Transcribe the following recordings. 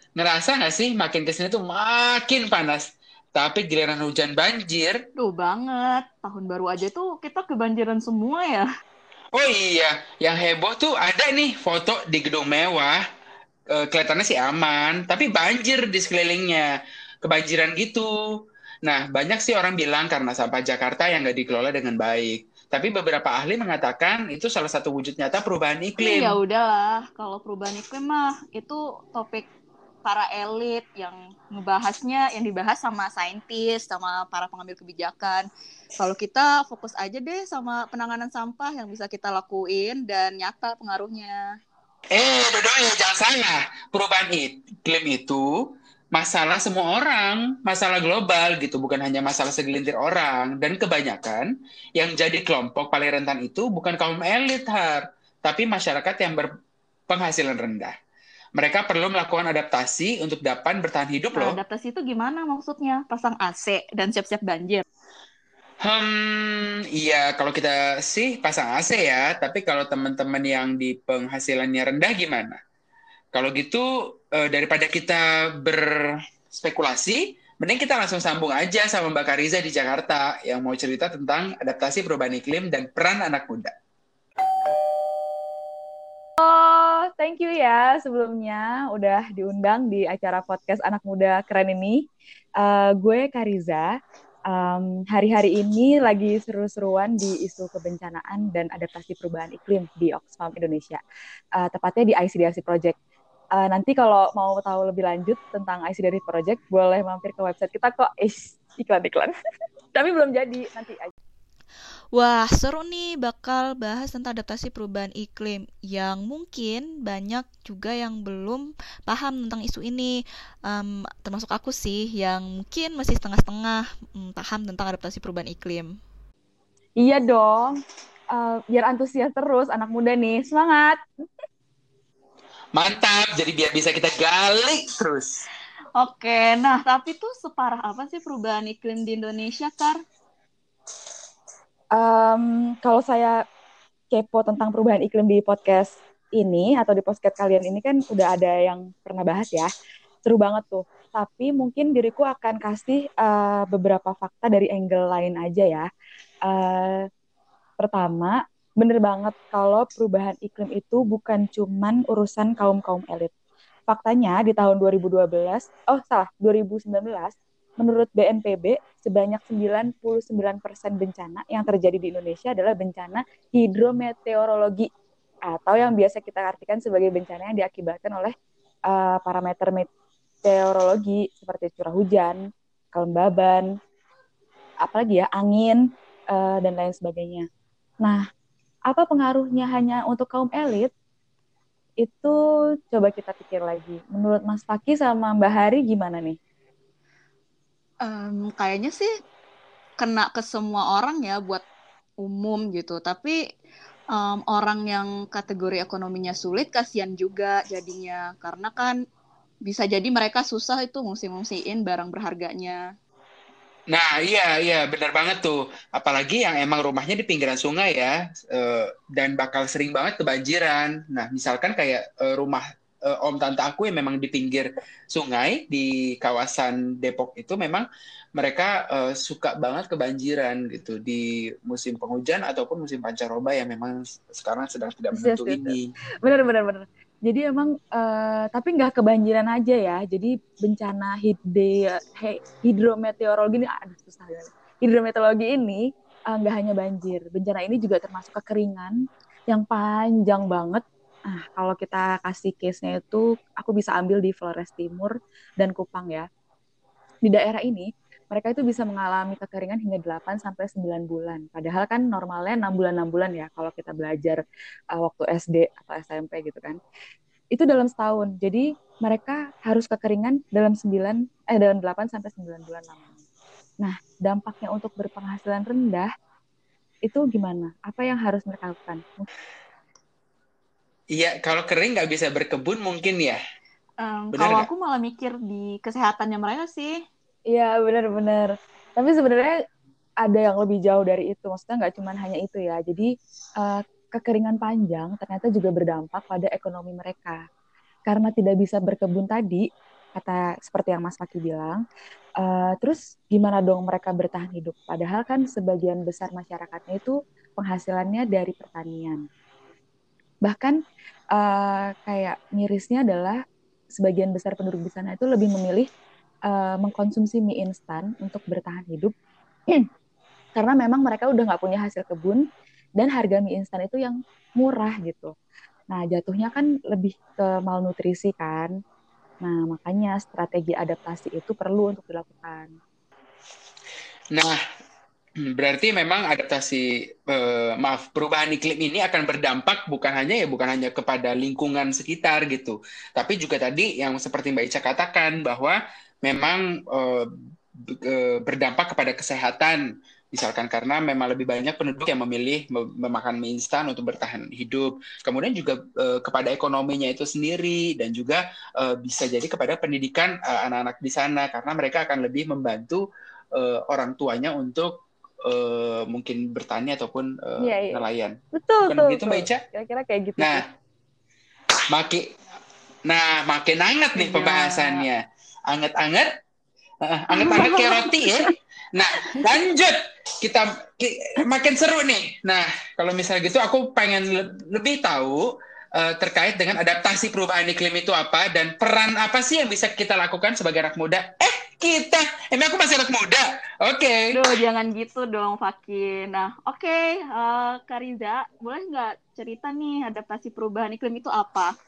Ngerasa nggak sih makin kesini tuh makin panas. Tapi giliran hujan banjir, Duh banget, tahun baru aja tuh kita kebanjiran semua ya. oh iya, yang heboh tuh ada nih foto di gedung mewah. Kelihatannya sih aman, tapi banjir di sekelilingnya. Kebanjiran gitu. Nah, banyak sih orang bilang karena sampah Jakarta yang nggak dikelola dengan baik. Tapi beberapa ahli mengatakan itu salah satu wujud nyata perubahan Ya iklim. udahlah, kalau perubahan iklim mah itu topik para elit yang ngebahasnya, yang dibahas sama saintis, sama para pengambil kebijakan. Kalau kita fokus aja deh sama penanganan sampah yang bisa kita lakuin dan nyata pengaruhnya. Dodo, jangan salah. Perubahan iklim itu masalah semua orang, masalah global gitu, bukan hanya masalah segelintir orang. Dan kebanyakan yang jadi kelompok paling rentan itu bukan kaum elit, Har, tapi masyarakat yang berpenghasilan rendah. Mereka perlu melakukan adaptasi untuk dapat bertahan hidup Nah, loh. adaptasi itu gimana maksudnya? Pasang AC dan siap-siap banjir. Iya, kalau kita sih pasang AC ya, tapi kalau teman-teman yang di penghasilannya rendah gimana? Kalau gitu, daripada kita berspekulasi, mending kita langsung sambung aja sama Mbak Kariza di Jakarta yang mau cerita tentang adaptasi perubahan iklim dan peran anak muda. Oh, thank you ya sebelumnya udah diundang di acara podcast Anak Muda Keren ini. Gue Kariza. Hari-hari ini lagi seru-seruan di isu kebencanaan dan adaptasi perubahan iklim di Oxfam Indonesia. Tepatnya di ICDC Project. Nanti kalau mau tahu lebih lanjut tentang ICDC Project, boleh mampir ke website kita kok. Iklan-iklan. Tapi belum jadi, nanti aja. Wah, seru nih bakal bahas tentang adaptasi perubahan iklim yang mungkin banyak juga yang belum paham tentang isu ini. Termasuk aku sih yang mungkin masih setengah-setengah paham tentang adaptasi perubahan iklim. Iya dong. Biar antusias terus anak muda nih. Semangat! Mantap, jadi biar bisa kita gali terus. Oke, nah tapi tuh separah apa sih perubahan iklim di Indonesia, Kar? Kalau saya kepo tentang perubahan iklim di podcast ini atau di podcast kalian ini kan udah ada yang pernah bahas ya. Seru banget tuh. Tapi mungkin diriku akan kasih beberapa fakta dari angle lain aja ya. Uh, Pertama, bener banget kalau perubahan iklim itu bukan cuman urusan kaum-kaum elit. Faktanya di tahun 2012, oh salah, 2019, menurut BNPB, sebanyak 99% bencana yang terjadi di Indonesia adalah bencana hidrometeorologi atau yang biasa kita artikan sebagai bencana yang diakibatkan oleh parameter meteorologi seperti curah hujan, kelembaban, apalagi ya, angin, dan lain sebagainya. Nah, apa pengaruhnya hanya untuk kaum elit? Itu coba kita pikir lagi. Menurut Mas Faki sama Mbak Hari gimana nih? Kayaknya sih kena ke semua orang ya buat umum gitu. Tapi orang yang kategori ekonominya sulit kasihan juga jadinya karena kan bisa jadi mereka susah itu ngungsi-ngungsiin barang berharganya. Nah, iya, iya, benar banget tuh. Apalagi yang emang rumahnya di pinggiran sungai ya, dan bakal sering banget kebanjiran. Nah, misalkan kayak rumah om tante aku yang memang di pinggir sungai di kawasan Depok itu memang mereka suka banget kebanjiran gitu di musim penghujan ataupun musim pancaroba yang memang sekarang sedang tidak Yes, menentu yes, yes. ini. Bener, bener, bener. Jadi emang, tapi nggak kebanjiran aja ya. Jadi bencana hidrometeorologi ini, aduh susah banget. Hidrometeorologi ini nggak hanya banjir. Bencana ini juga termasuk kekeringan yang panjang banget. Nah, kalau kita kasih case-nya itu, aku bisa ambil di Flores Timur dan Kupang ya. Di daerah ini mereka itu bisa mengalami kekeringan hingga 8 sampai 9 bulan. Padahal kan normalnya 6 bulan ya kalau kita belajar waktu SD atau SMP gitu kan. Itu dalam setahun. Jadi mereka harus kekeringan dalam 8 sampai 9 bulan lamanya. Nah, dampaknya untuk berpenghasilan rendah itu gimana? Apa yang harus mereka lakukan? Iya, kalau kering nggak bisa berkebun mungkin ya, benar Kalau nggak? aku malah mikir di kesehatannya mereka sih. Iya, benar-benar. Tapi sebenarnya ada yang lebih jauh dari itu. Maksudnya nggak cuma hanya itu ya. Jadi eh, kekeringan panjang ternyata juga berdampak pada ekonomi mereka. Karena tidak bisa berkebun tadi, kata seperti yang Mas Faki bilang. Terus gimana dong mereka bertahan hidup? Padahal kan sebagian besar masyarakatnya itu penghasilannya dari pertanian. Bahkan kayak mirisnya adalah sebagian besar penduduk di sana itu lebih memilih mengkonsumsi mie instan untuk bertahan hidup karena memang mereka udah nggak punya hasil kebun dan harga mie instan itu yang murah gitu. Nah, jatuhnya kan lebih ke malnutrisi kan. Nah, makanya strategi adaptasi itu perlu untuk dilakukan. Nah, berarti memang adaptasi, perubahan iklim ini akan berdampak bukan hanya kepada lingkungan sekitar gitu, tapi juga tadi yang seperti Mbak Ica katakan bahwa memang berdampak kepada kesehatan, misalkan karena memang lebih banyak penduduk yang memilih memakan mie instan untuk bertahan hidup. Kemudian juga kepada ekonominya itu sendiri dan juga bisa jadi kepada pendidikan anak-anak di sana karena mereka akan lebih membantu orang tuanya untuk mungkin bertani ataupun Iya, iya. nelayan. Betul, Bukan betul, begitu, Mbak betul. Ica? Kira-kira kayak gitu sih. Nah, maki, makin hangat nih Iya. pembahasannya. Anget-anget, anget-anget kayak roti ya. Nah, lanjut. Makin seru nih. Nah, kalau misalnya gitu aku pengen lebih tahu terkait dengan adaptasi perubahan iklim itu apa dan peran apa sih yang bisa kita lakukan sebagai anak muda. Kita, emang aku masih anak muda. Oke. Duh, jangan gitu dong, Fakir. Nah, oke, Kak Riza, boleh nggak cerita nih adaptasi perubahan iklim itu apa?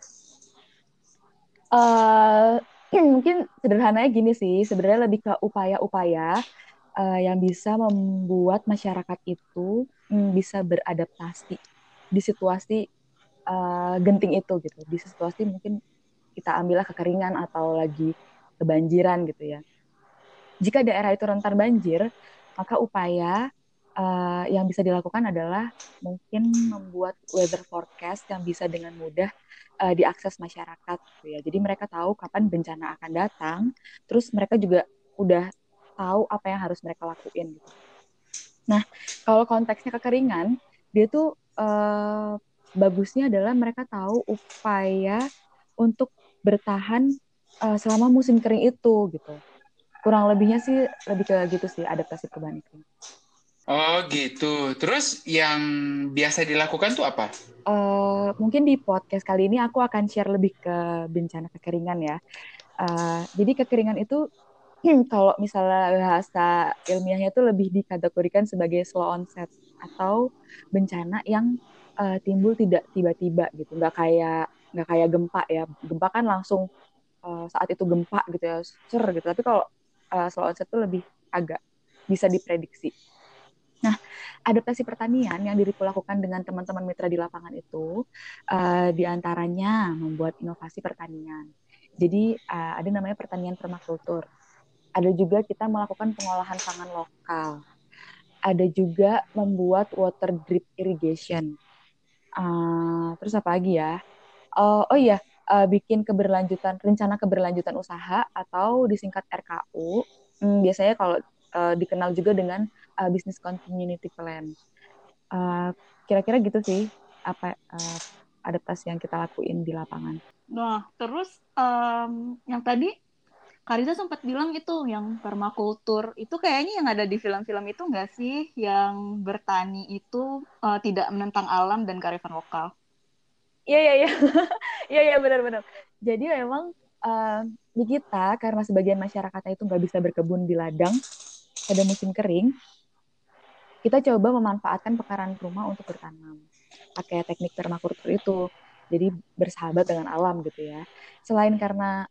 Mungkin sederhananya gini sih, sebenarnya lebih ke upaya-upaya yang bisa membuat masyarakat itu bisa beradaptasi di situasi genting itu gitu. Di situasi mungkin kita ambillah kekeringan atau lagi kebanjiran gitu ya. Jika daerah itu rentan banjir, maka upaya yang bisa dilakukan adalah mungkin membuat weather forecast yang bisa dengan mudah diakses masyarakat gitu ya. Jadi mereka tahu kapan bencana akan datang, terus mereka juga udah tahu apa yang harus mereka lakuin gitu. Nah, kalau konteksnya kekeringan, dia tuh bagusnya adalah mereka tahu upaya untuk bertahan selama musim kering itu gitu. Kurang lebihnya sih lebih ke gitu sih adaptasi perubahan iklim. Oh gitu. Terus yang biasa dilakukan tuh apa? Mungkin di podcast kali ini aku akan share lebih ke bencana kekeringan ya. Jadi kekeringan itu kalau misalnya bahasa ilmiahnya itu lebih dikategorikan sebagai slow onset atau bencana yang timbul tidak tiba-tiba gitu, nggak kayak gempa ya. Gempa kan langsung saat itu gempa gitu ya, ser gitu. Tapi kalau slow onset itu lebih agak bisa diprediksi. Nah, adaptasi pertanian yang diriku lakukan dengan teman-teman mitra di lapangan itu diantaranya membuat inovasi pertanian. Jadi ada namanya pertanian permakultur. Ada juga kita melakukan pengolahan pangan lokal. Ada juga membuat water drip irrigation. Terus apa lagi ya? Oh iya, bikin rencana keberlanjutan usaha atau disingkat RKU. Biasanya kalau dikenal juga dengan business continuity plan. Kira-kira gitu sih apa adaptasi yang kita lakuin di lapangan. Nah, terus yang tadi Kak Riza sempat bilang itu yang permakultur itu kayaknya yang ada di film-film itu nggak sih yang bertani itu tidak menentang alam dan kearifan lokal? Iya, iya, iya. Iya, iya, benar-benar. Jadi memang di kita, karena sebagian masyarakatnya itu nggak bisa berkebun di ladang pada musim kering, kita coba memanfaatkan pekarangan rumah untuk bertanam. Pakai teknik permakultur itu. Jadi bersahabat dengan alam gitu ya. Selain karena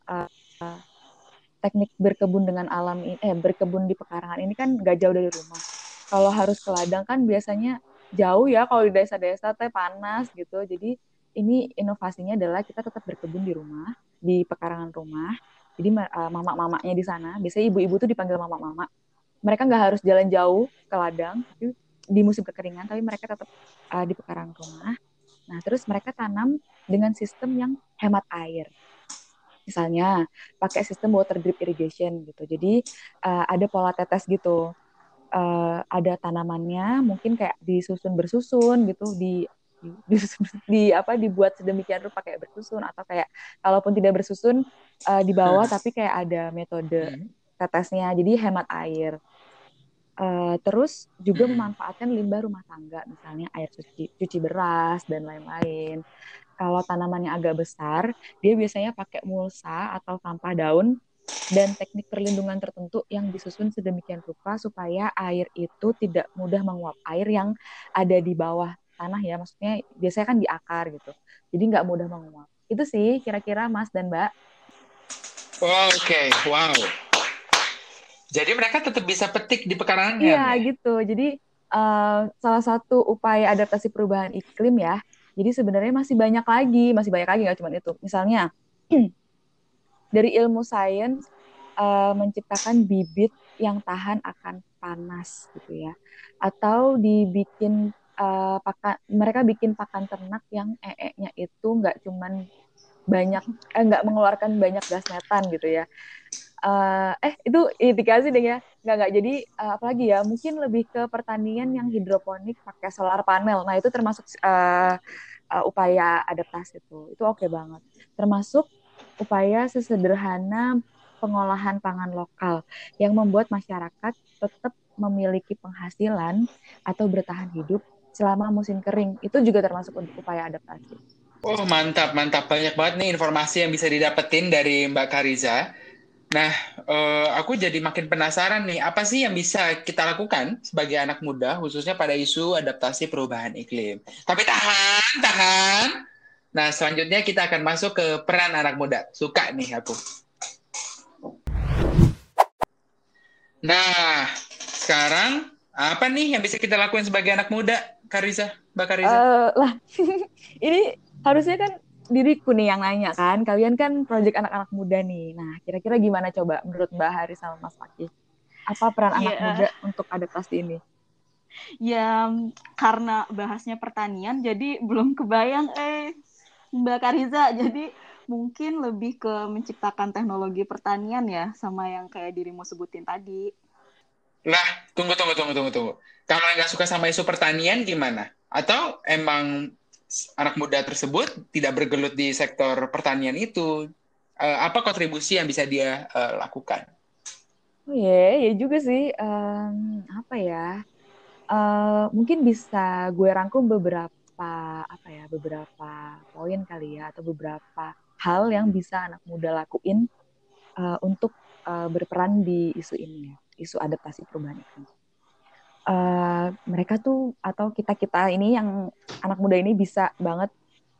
teknik berkebun dengan alam berkebun di pekarangan ini kan gak jauh dari rumah. Kalau harus ke ladang kan biasanya jauh ya, kalau di desa-desa teh panas gitu. Jadi ini inovasinya adalah kita tetap berkebun di rumah, di pekarangan rumah. Jadi mama-mamanya di sana, biasanya ibu-ibu tuh dipanggil mama-mama. Mereka nggak harus jalan jauh ke ladang di musim kekeringan, tapi mereka tetap di pekarangan rumah. Nah, terus mereka tanam dengan sistem yang hemat air. Misalnya pakai sistem water drip irrigation gitu. Jadi ada pola tetes gitu. Ada tanamannya mungkin kayak disusun bersusun gitu di dibuat sedemikian rupa kayak bersusun atau kayak kalaupun tidak bersusun di bawah tapi kayak ada metode Hmm. tetesnya jadi hemat air. Terus juga Hmm. memanfaatkan limbah rumah tangga, misalnya air cuci beras dan lain-lain. Kalau tanamannya agak besar, dia biasanya pakai mulsa atau sampah daun dan teknik perlindungan tertentu yang disusun sedemikian rupa supaya air itu tidak mudah menguap. Air yang ada di bawah tanah ya, maksudnya biasanya kan di akar gitu. Jadi nggak mudah menguap. Itu sih kira-kira Mas dan Mbak. Oke, wow. Jadi mereka tetap bisa petik di Iya pekarangan ya? gitu. Jadi salah satu upaya adaptasi perubahan iklim ya. Jadi sebenarnya masih banyak lagi nggak cuma itu. Misalnya dari ilmu sains menciptakan bibit yang tahan akan panas gitu ya. Atau dibikin mereka bikin pakan ternak yang nya itu nggak cuman banyak nggak mengeluarkan banyak gas metan gitu ya. Itu indikasi deh ya. Nggak. Jadi apalagi ya, mungkin lebih ke pertanian yang hidroponik pakai solar panel. Nah, itu termasuk upaya adaptasi itu. Itu oke banget. Termasuk upaya sesederhana pengolahan pangan lokal yang membuat masyarakat tetap memiliki penghasilan atau bertahan hidup selama musim kering. Itu juga termasuk untuk upaya adaptasi. Oh, mantap, mantap. Banyak banget nih informasi yang bisa didapetin dari Mbak Kariza. Nah, aku jadi makin penasaran nih, apa sih yang bisa kita lakukan sebagai anak muda, khususnya pada isu adaptasi perubahan iklim. Tapi tahan, tahan. Nah, selanjutnya kita akan masuk ke peran anak muda. Suka nih aku. Nah, sekarang apa nih yang bisa kita lakukan sebagai anak muda, Kariza, Mbak Kariza? Lah, ini harusnya kan diriku nih yang nanya kan. Kalian kan proyek anak-anak muda nih. Nah, kira-kira gimana coba menurut Mbak Hari sama Mas Fakih? Apa peran anak Iya, muda untuk adaptasi ini? ya karena bahasnya pertanian, jadi belum kebayang Mbak Kariza. Jadi mungkin lebih ke menciptakan teknologi pertanian ya, sama yang kayak dirimu sebutin tadi. Lah, tunggu. Kalau nggak suka sama isu pertanian gimana? Atau emang anak muda tersebut tidak bergelut di sektor pertanian itu? Apa kontribusi yang bisa dia lakukan? Oh ya juga sih. Apa ya? Mungkin bisa gue rangkum beberapa poin kali ya, atau beberapa hal yang bisa anak muda lakuin untuk berperan di isu ini ya, isu adaptasi perubahan iklim. Mereka tuh atau kita ini yang anak muda ini bisa banget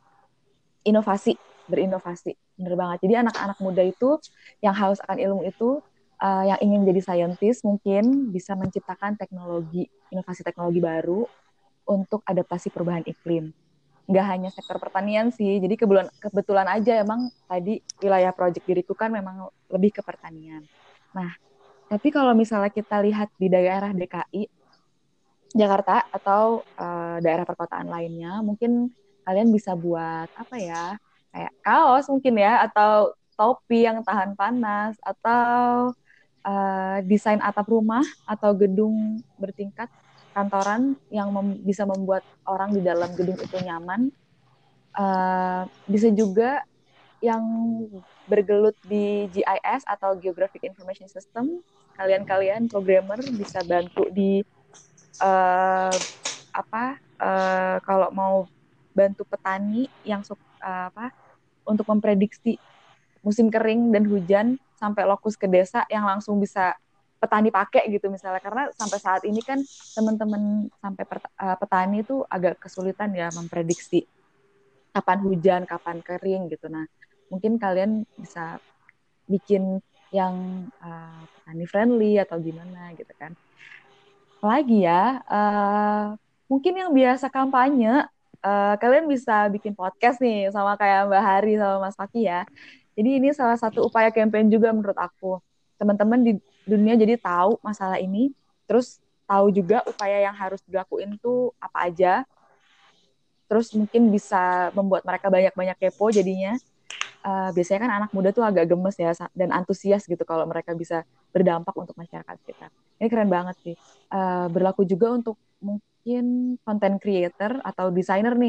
berinovasi, bener banget. Jadi anak-anak muda itu yang haus akan ilmu itu, yang ingin jadi saintis mungkin bisa menciptakan inovasi teknologi baru untuk adaptasi perubahan iklim. Nggak hanya sektor pertanian sih, jadi kebetulan aja emang tadi wilayah proyek diriku kan memang lebih ke pertanian. Nah, tapi kalau misalnya kita lihat di daerah DKI, Jakarta atau daerah perkotaan lainnya, mungkin kalian bisa buat apa ya, kayak kaos mungkin ya, atau topi yang tahan panas, atau desain atap rumah atau gedung bertingkat kantoran yang bisa membuat orang di dalam gedung itu nyaman. Bisa juga yang bergelut di GIS atau Geographic Information System, kalian programmer bisa bantu di uh, kalau mau bantu petani yang untuk memprediksi musim kering dan hujan sampai lokus ke desa yang langsung bisa petani pakai gitu misalnya, karena sampai saat ini kan teman-teman sampai petani itu agak kesulitan ya memprediksi kapan hujan, kapan kering gitu. Nah, mungkin kalian bisa bikin yang petani friendly atau gimana gitu kan. Apalagi ya, mungkin yang biasa kampanye, kalian bisa bikin podcast nih sama kayak Mbak Hari sama Mas Faki ya. Jadi ini salah satu upaya campaign juga menurut aku. Teman-teman di dunia jadi tahu masalah ini, terus tahu juga upaya yang harus dilakuin tuh apa aja, terus mungkin bisa membuat mereka banyak-banyak kepo jadinya. Biasanya kan anak muda tuh agak gemes ya dan antusias gitu kalau mereka bisa berdampak untuk masyarakat kita. Ini keren banget sih. Berlaku juga untuk mungkin content creator atau desainer nih.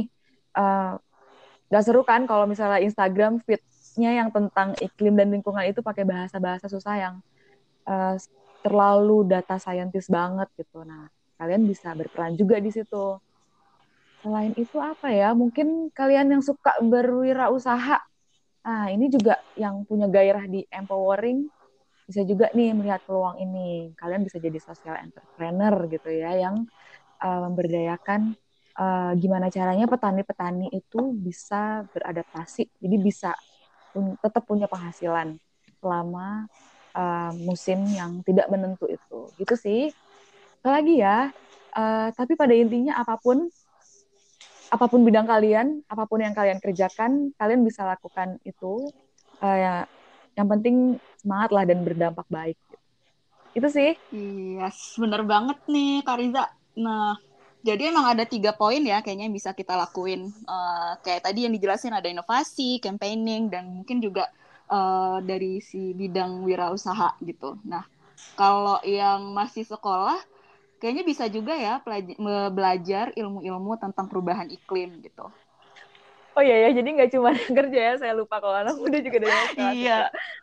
eh, nggak seru kan kalau misalnya Instagram feed-nya yang tentang iklim dan lingkungan itu pakai bahasa-bahasa susah yang eh, terlalu data scientist banget gitu. Nah, kalian bisa berperan juga di situ. Selain itu apa ya? Mungkin kalian yang suka berwirausaha. Nah, ini juga yang punya gairah di empowering bisa juga nih melihat peluang ini. Kalian bisa jadi social entrepreneur gitu ya yang memberdayakan gimana caranya petani-petani itu bisa beradaptasi. Jadi bisa tetap punya penghasilan selama musim yang tidak menentu itu. Gitu sih. Apalagi ya, tapi pada intinya apapun bidang kalian, apapun yang kalian kerjakan, kalian bisa lakukan itu. Ya, yang penting semangat lah dan berdampak baik. Itu sih. Iya, bener banget nih Kak Riza. Nah, jadi emang ada 3 poin ya kayaknya yang bisa kita lakuin. Kayak tadi yang dijelasin ada inovasi, campaigning, dan mungkin juga dari si bidang wirausaha gitu. Nah, kalau yang masih sekolah, kayaknya bisa juga ya belajar ilmu-ilmu tentang perubahan iklim gitu. Oh iya ya, jadi nggak cuma kerja ya, saya lupa kalau anak muda juga ada yang sekolah. Iya.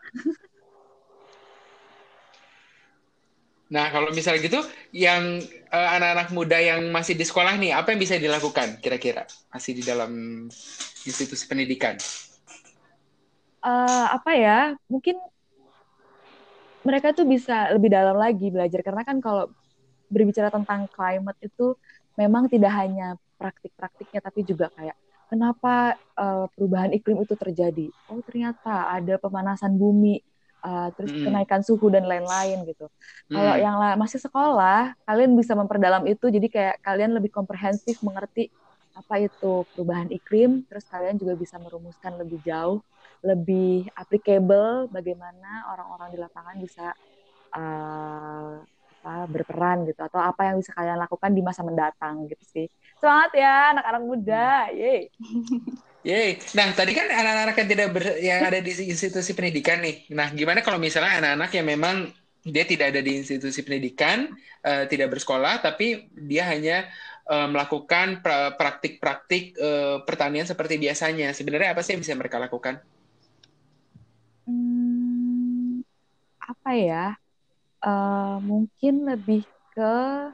Nah, kalau misalnya gitu, yang anak-anak muda yang masih di sekolah nih, apa yang bisa dilakukan kira-kira? Masih di dalam institusi pendidikan. Apa ya, mungkin mereka tuh bisa lebih dalam lagi belajar. Karena kan kalau berbicara tentang climate itu memang tidak hanya praktik-praktiknya, tapi juga kayak kenapa perubahan iklim itu terjadi. Oh ternyata ada pemanasan bumi, terus Mm-mm. kenaikan suhu dan lain-lain gitu. Kalau Mm-mm. yang masih sekolah, kalian bisa memperdalam itu, jadi kayak kalian lebih komprehensif mengerti apa itu perubahan iklim, terus kalian juga bisa merumuskan lebih jauh, lebih applicable bagaimana orang-orang di lapangan bisa uh, berperan gitu atau apa yang bisa kalian lakukan di masa mendatang gitu sih. Semangat ya anak-anak muda. Yeay. Yeay. Nah, tadi kan anak-anak yang yang ada di institusi pendidikan nih. Nah, gimana kalau misalnya anak-anak yang memang dia tidak ada di institusi pendidikan, tidak bersekolah, tapi dia hanya melakukan praktik-praktik pertanian seperti biasanya. Sebenarnya apa sih yang bisa mereka lakukan? Apa ya? Mungkin lebih ke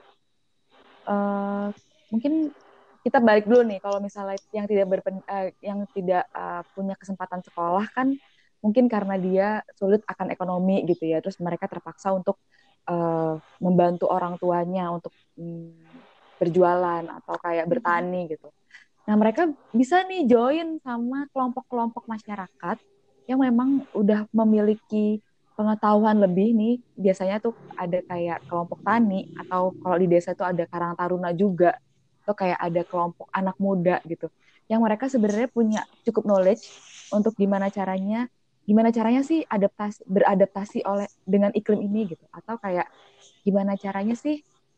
mungkin kita balik dulu nih kalau misalnya yang tidak punya kesempatan sekolah kan mungkin karena dia sulit akan ekonomi gitu ya, terus mereka terpaksa untuk membantu orang tuanya untuk berjualan atau kayak bertani gitu. Nah mereka bisa nih join sama kelompok-kelompok masyarakat yang memang udah memiliki pengetahuan lebih nih. Biasanya tuh ada kayak kelompok tani atau kalau di desa itu ada Karang Taruna juga, atau kayak ada kelompok anak muda gitu yang mereka sebenarnya punya cukup knowledge untuk gimana caranya sih beradaptasi dengan iklim ini gitu, atau kayak gimana caranya sih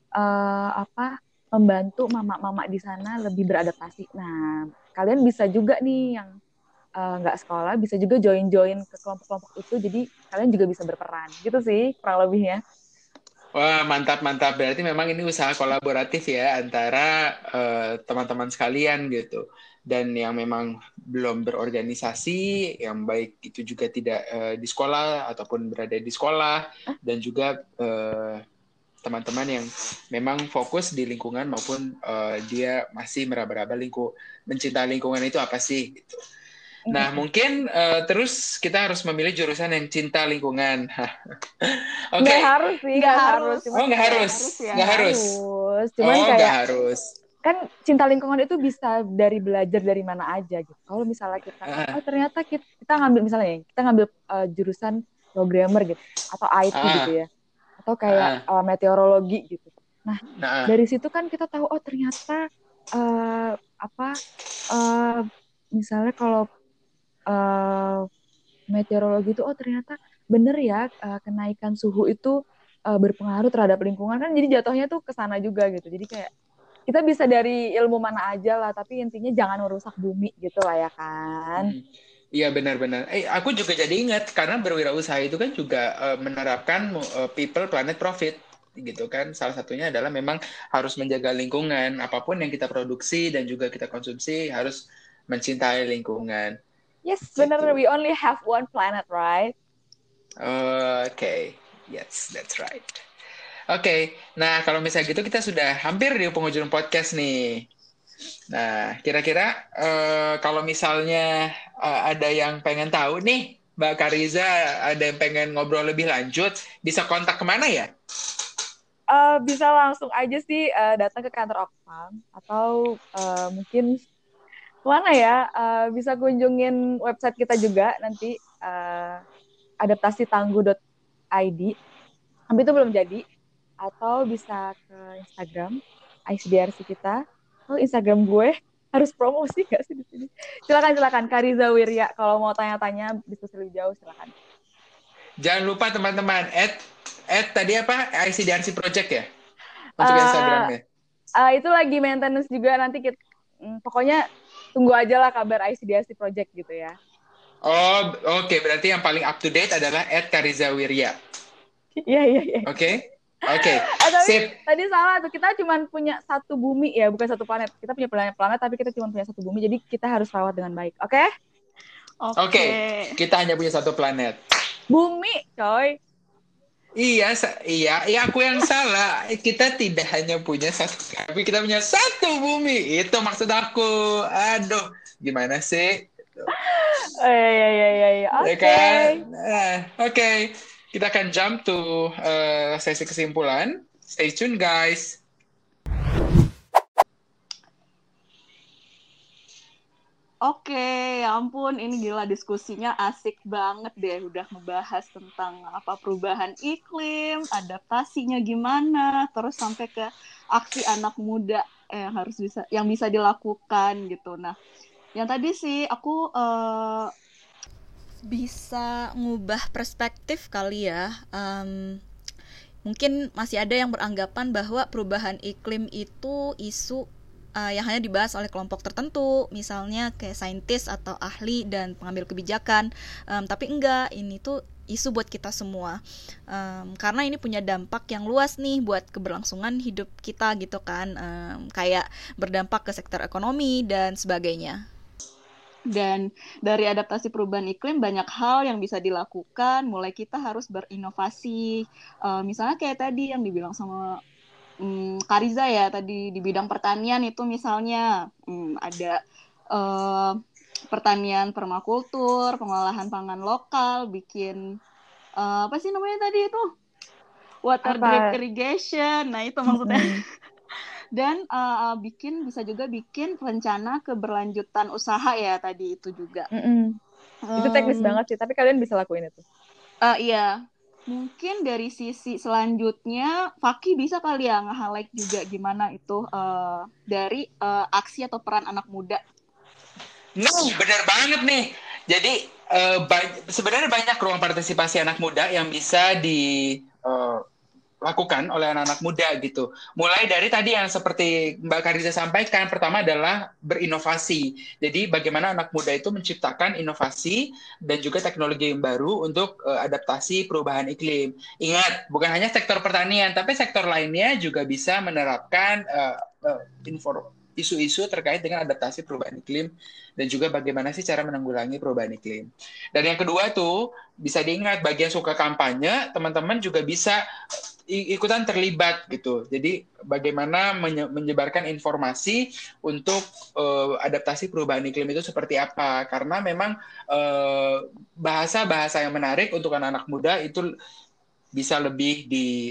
membantu mama-mama di sana lebih beradaptasi. Nah kalian bisa juga nih yang nggak sekolah bisa juga join ke kelompok-kelompok itu, jadi kalian juga bisa berperan gitu sih kurang lebihnya. Wah, mantap-mantap. Berarti memang ini usaha kolaboratif ya antara teman-teman sekalian gitu. Dan yang memang belum berorganisasi, yang baik itu juga tidak di sekolah ataupun berada di sekolah, dan juga teman-teman yang memang fokus di lingkungan maupun dia masih meraba-raba mencinta lingkungan itu apa sih gitu. Nah, mungkin terus kita harus memilih jurusan yang cinta lingkungan. Oke. Nggak harus sih, nggak harus. Oh, nggak harus. Nggak harus. Cuman Oh, kayak nggak harus. kan cinta lingkungan itu bisa dari belajar dari mana aja gitu. Kalau misalnya kita ternyata kita ngambil misalnya kita ngambil jurusan programmer gitu atau IT gitu ya. Atau kayak meteorologi gitu. Nah, dari situ kan kita tahu oh ternyata misalnya kalau meteorologi itu oh ternyata bener ya kenaikan suhu itu berpengaruh terhadap lingkungan kan, jadi jatuhnya tuh ke sana juga gitu. Jadi kayak kita bisa dari ilmu mana aja lah, tapi intinya jangan merusak bumi gitu lah ya kan. Iya benar-benar. Aku juga jadi ingat karena berwirausaha itu kan juga menerapkan people, planet, profit. gitu kan. Salah satunya adalah memang harus menjaga lingkungan. Apapun yang kita produksi dan juga kita konsumsi harus mencintai lingkungan. Yes, bener. Gitu. We only have one planet, right? Oke. Yes, that's right. Oke, nah kalau misalnya gitu kita sudah hampir di penghujung podcast nih. Nah, kira-kira kalau misalnya ada yang pengen tahu nih, Mbak Kariza, ada yang pengen ngobrol lebih lanjut, bisa kontak kemana ya? Bisa langsung aja sih datang ke kantor Oxfam atau mungkin mana ya, bisa kunjungin website kita juga nanti, adaptasitangguh.id. Tapi itu belum jadi. Atau bisa ke Instagram ICDRC kita. Oh, Instagram gue harus promosi gak sih di sini? Silakan Kariza Wirya, kalau mau tanya-tanya diskusi lebih jauh silakan. Jangan lupa teman-teman, add tadi apa? ICDRC Project ya? Untuk Instagramnya. Itu lagi maintenance juga, nanti kita, pokoknya tunggu aja lah kabar ICDRC Project gitu ya. Oh, oke. Berarti yang paling up to date adalah @Kariza Wirya. Iya. Oke. Tapi Sip. tadi salah tuh, kita cuma punya satu bumi ya, bukan satu planet. Kita punya planet, tapi kita cuma punya satu bumi, jadi kita harus rawat dengan baik, oke? Oke. Kita hanya punya satu planet. Bumi, coy. Iya, aku yang salah. Kita tidak hanya punya satu, tapi kita punya satu bumi. Itu maksud aku. Aduh, gimana sih? Iya. Oke. Kita akan jump to sesi kesimpulan. Stay tune, guys. Oke, ya ampun, ini gila diskusinya asik banget deh. Udah ngebahas tentang apa perubahan iklim, adaptasinya gimana, terus sampai ke aksi anak muda yang bisa dilakukan gitu. Nah, yang tadi sih aku bisa ngubah perspektif kali ya. Mungkin masih ada yang beranggapan bahwa perubahan iklim itu isu yang hanya dibahas oleh kelompok tertentu, misalnya kayak saintis atau ahli dan pengambil kebijakan. Tapi enggak, ini tuh isu buat kita semua. Karena ini punya dampak yang luas nih buat keberlangsungan hidup kita gitu kan. Kayak berdampak ke sektor ekonomi dan sebagainya. Dan dari adaptasi perubahan iklim banyak hal yang bisa dilakukan, mulai kita harus berinovasi. Misalnya kayak tadi yang dibilang sama Kariza ya, tadi di bidang pertanian itu misalnya ada pertanian permakultur, pengolahan pangan lokal, bikin apa sih namanya tadi itu? Water drip irrigation. Nah, itu maksudnya. Dan bisa juga bikin rencana keberlanjutan usaha ya tadi itu juga. Itu teknis banget sih, tapi kalian bisa lakuin itu. Iya. Mungkin dari sisi selanjutnya, Faki bisa kali ya nge-highlight juga gimana itu dari aksi atau peran anak muda. Benar banget nih. Jadi sebenarnya banyak ruang partisipasi anak muda yang bisa dilakukan oleh anak-anak muda gitu. Mulai dari tadi yang seperti Mbak Kariza sampaikan, pertama adalah berinovasi. Jadi bagaimana anak muda itu menciptakan inovasi dan juga teknologi yang baru untuk adaptasi perubahan iklim. Ingat, bukan hanya sektor pertanian, tapi sektor lainnya juga bisa menerapkan isu-isu terkait dengan adaptasi perubahan iklim dan juga bagaimana sih cara menanggulangi perubahan iklim. Dan yang kedua tuh bisa diingat, bagi yang suka kampanye, teman-teman juga bisa ikutan terlibat gitu. Jadi bagaimana menyebarkan informasi untuk adaptasi perubahan iklim itu seperti apa? Karena memang bahasa-bahasa yang menarik untuk anak-anak muda itu bisa lebih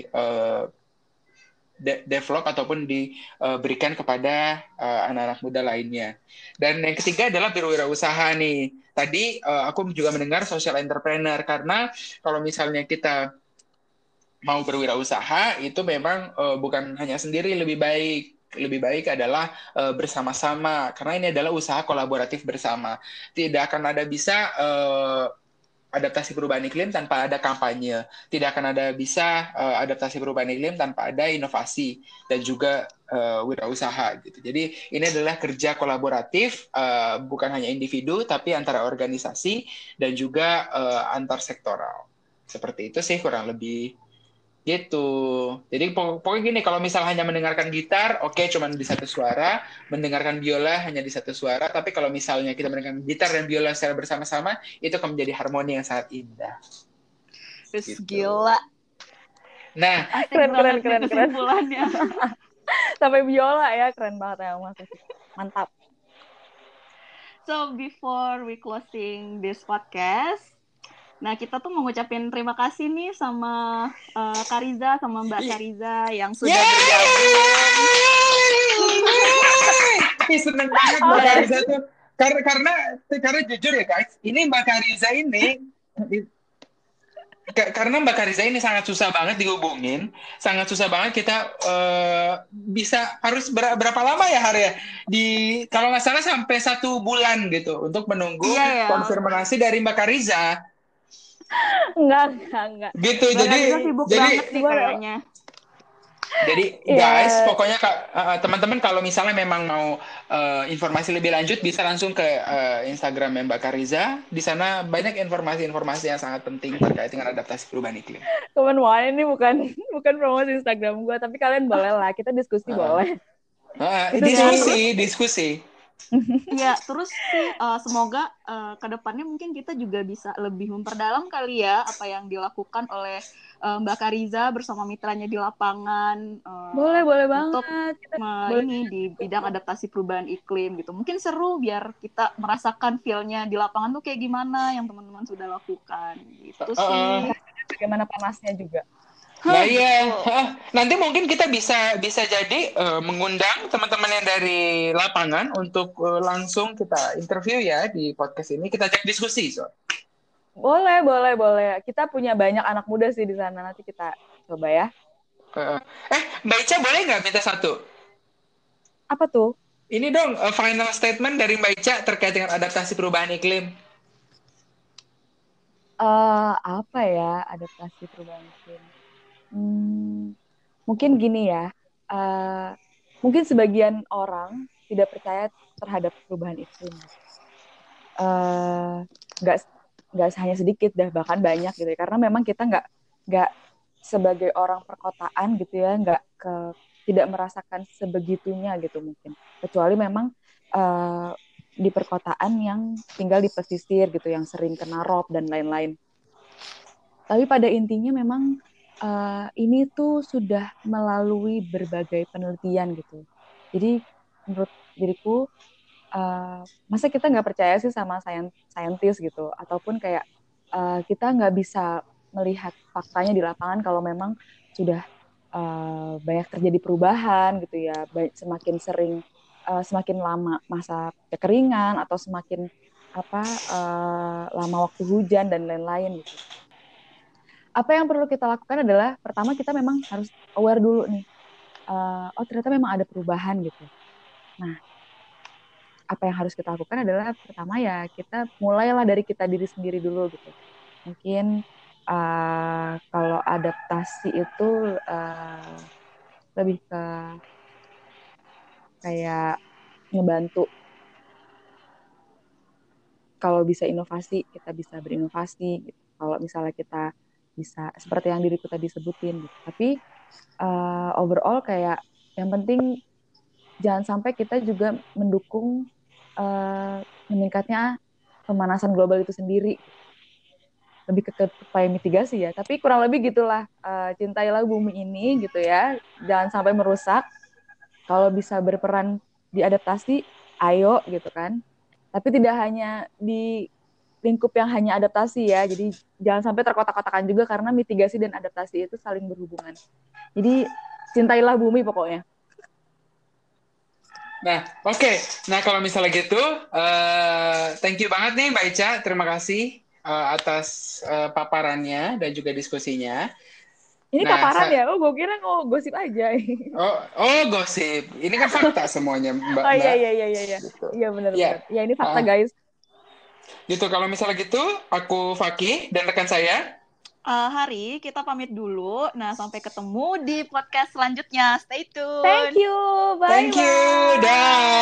develop ataupun diberikan kepada anak-anak muda lainnya. Dan yang ketiga adalah berwirausaha nih. Tadi aku juga mendengar social entrepreneur, karena kalau misalnya kita mau berwirausaha itu memang bukan hanya sendiri lebih baik adalah bersama-sama, karena ini adalah usaha kolaboratif bersama. Tidak akan ada bisa adaptasi perubahan iklim tanpa ada kampanye. Tidak akan ada bisa adaptasi perubahan iklim tanpa ada inovasi dan juga wirausaha gitu. Jadi ini adalah kerja kolaboratif, bukan hanya individu tapi antara organisasi dan juga antar sektoral. Seperti itu sih kurang lebih. Gitu. Jadi pokoknya gini, kalau misal hanya mendengarkan gitar, oke, cuman di satu suara, mendengarkan biola hanya di satu suara, tapi kalau misalnya kita mendengarkan gitar dan biola secara bersama-sama, itu akan menjadi harmoni yang sangat indah. Terus Gitu. gila. Nah, Asik Keren, banget keren, nih keren. kesimpulannya. Sampai biola ya, keren banget ya Mas. Mantap. So before we closing this podcast, nah kita tuh mau ngucapin terima kasih nih sama Kariza sama Mbak Kariza yang sudah bergabung. Seneng banget Mbak Kariza tuh. Karena jujur ya guys, ini Mbak Kariza ini karena Mbak Kariza ini sangat susah banget dihubungin, sangat susah banget kita bisa harus berapa lama ya Har ya? Kalau nggak salah sampai 1 bulan gitu untuk menunggu konfirmasi dari Mbak Kariza. Enggak. Gitu, Mbak Kariza sibuk banget nih kayaknya. Jadi guys, pokoknya teman-teman kalau misalnya memang mau informasi lebih lanjut bisa langsung ke Instagram Mbak Kariza. Di sana banyak informasi-informasi yang sangat penting terkait dengan adaptasi perubahan iklim. Teman-teman ini bukan promosi Instagram gue, tapi kalian boleh lah, kita diskusi boleh. Diskusi. Iya, terus sih semoga kedepannya mungkin kita juga bisa lebih memperdalam kali ya apa yang dilakukan oleh Mbak Kariza bersama mitranya di lapangan. Boleh untuk banget. ini di bidang adaptasi perubahan iklim gitu. Mungkin seru biar kita merasakan feel-nya di lapangan tuh kayak gimana yang teman-teman sudah lakukan gitu sih. Bagaimana panasnya juga. Nah iya, nanti mungkin kita bisa jadi mengundang teman-teman yang dari lapangan untuk langsung kita interview ya di podcast ini, kita ajak diskusi. Boleh. Kita punya banyak anak muda sih di sana, nanti kita coba ya. Mbak Ica boleh nggak minta satu? Apa tuh? Ini dong final statement dari Mbak Ica terkait dengan adaptasi perubahan iklim. Apa ya adaptasi perubahan iklim? Mungkin gini ya, mungkin sebagian orang tidak percaya terhadap perubahan iklim. Nggak hanya sedikit dah, bahkan banyak gitu ya. Karena memang kita nggak sebagai orang perkotaan gitu ya, tidak merasakan sebegitunya gitu mungkin. Kecuali memang di perkotaan yang tinggal di pesisir gitu, yang sering kena rob dan lain-lain. Tapi pada intinya memang ini tuh sudah melalui berbagai penelitian gitu. Jadi menurut diriku, masa kita nggak percaya sih sama saintis gitu, ataupun kayak kita nggak bisa melihat faktanya di lapangan kalau memang sudah banyak terjadi perubahan gitu ya, semakin sering, semakin lama masa kekeringan atau semakin lama waktu hujan dan lain-lain gitu. Apa yang perlu kita lakukan adalah pertama kita memang harus aware dulu nih, ternyata memang ada perubahan gitu. Nah, apa yang harus kita lakukan adalah pertama ya kita mulailah dari kita diri sendiri dulu gitu. Mungkin kalau adaptasi itu lebih ke kayak ngebantu. Kalau bisa inovasi, kita bisa berinovasi gitu. Kalau misalnya kita bisa seperti yang diriku tadi sebutin gitu. Tapi overall kayak yang penting jangan sampai kita juga mendukung meningkatnya pemanasan global itu sendiri. Lebih ke upaya mitigasi ya. Tapi kurang lebih gitulah, cintailah bumi ini gitu ya. Jangan sampai merusak. Kalau bisa berperan di adaptasi, ayo gitu kan. Tapi tidak hanya di lingkup yang hanya adaptasi ya. Jadi jangan sampai terkotak-kotakan juga karena mitigasi dan adaptasi itu saling berhubungan. Jadi cintailah bumi pokoknya. Nah, oke. Nah, kalau misalnya gitu, thank you banget nih Mbak Ica. Terima kasih atas paparannya dan juga diskusinya. Ini paparan ya? Gue kira gosip aja. Gosip. Ini kan fakta semuanya, Mbak. Iya. Gitu. Iya benar. Ya, ini fakta guys. Gitu, kalau misalnya gitu, aku Fakih dan rekan saya. Hari, kita pamit dulu. Nah, sampai ketemu di podcast selanjutnya. Stay tune. Thank you. Bye. Thank you. Dah.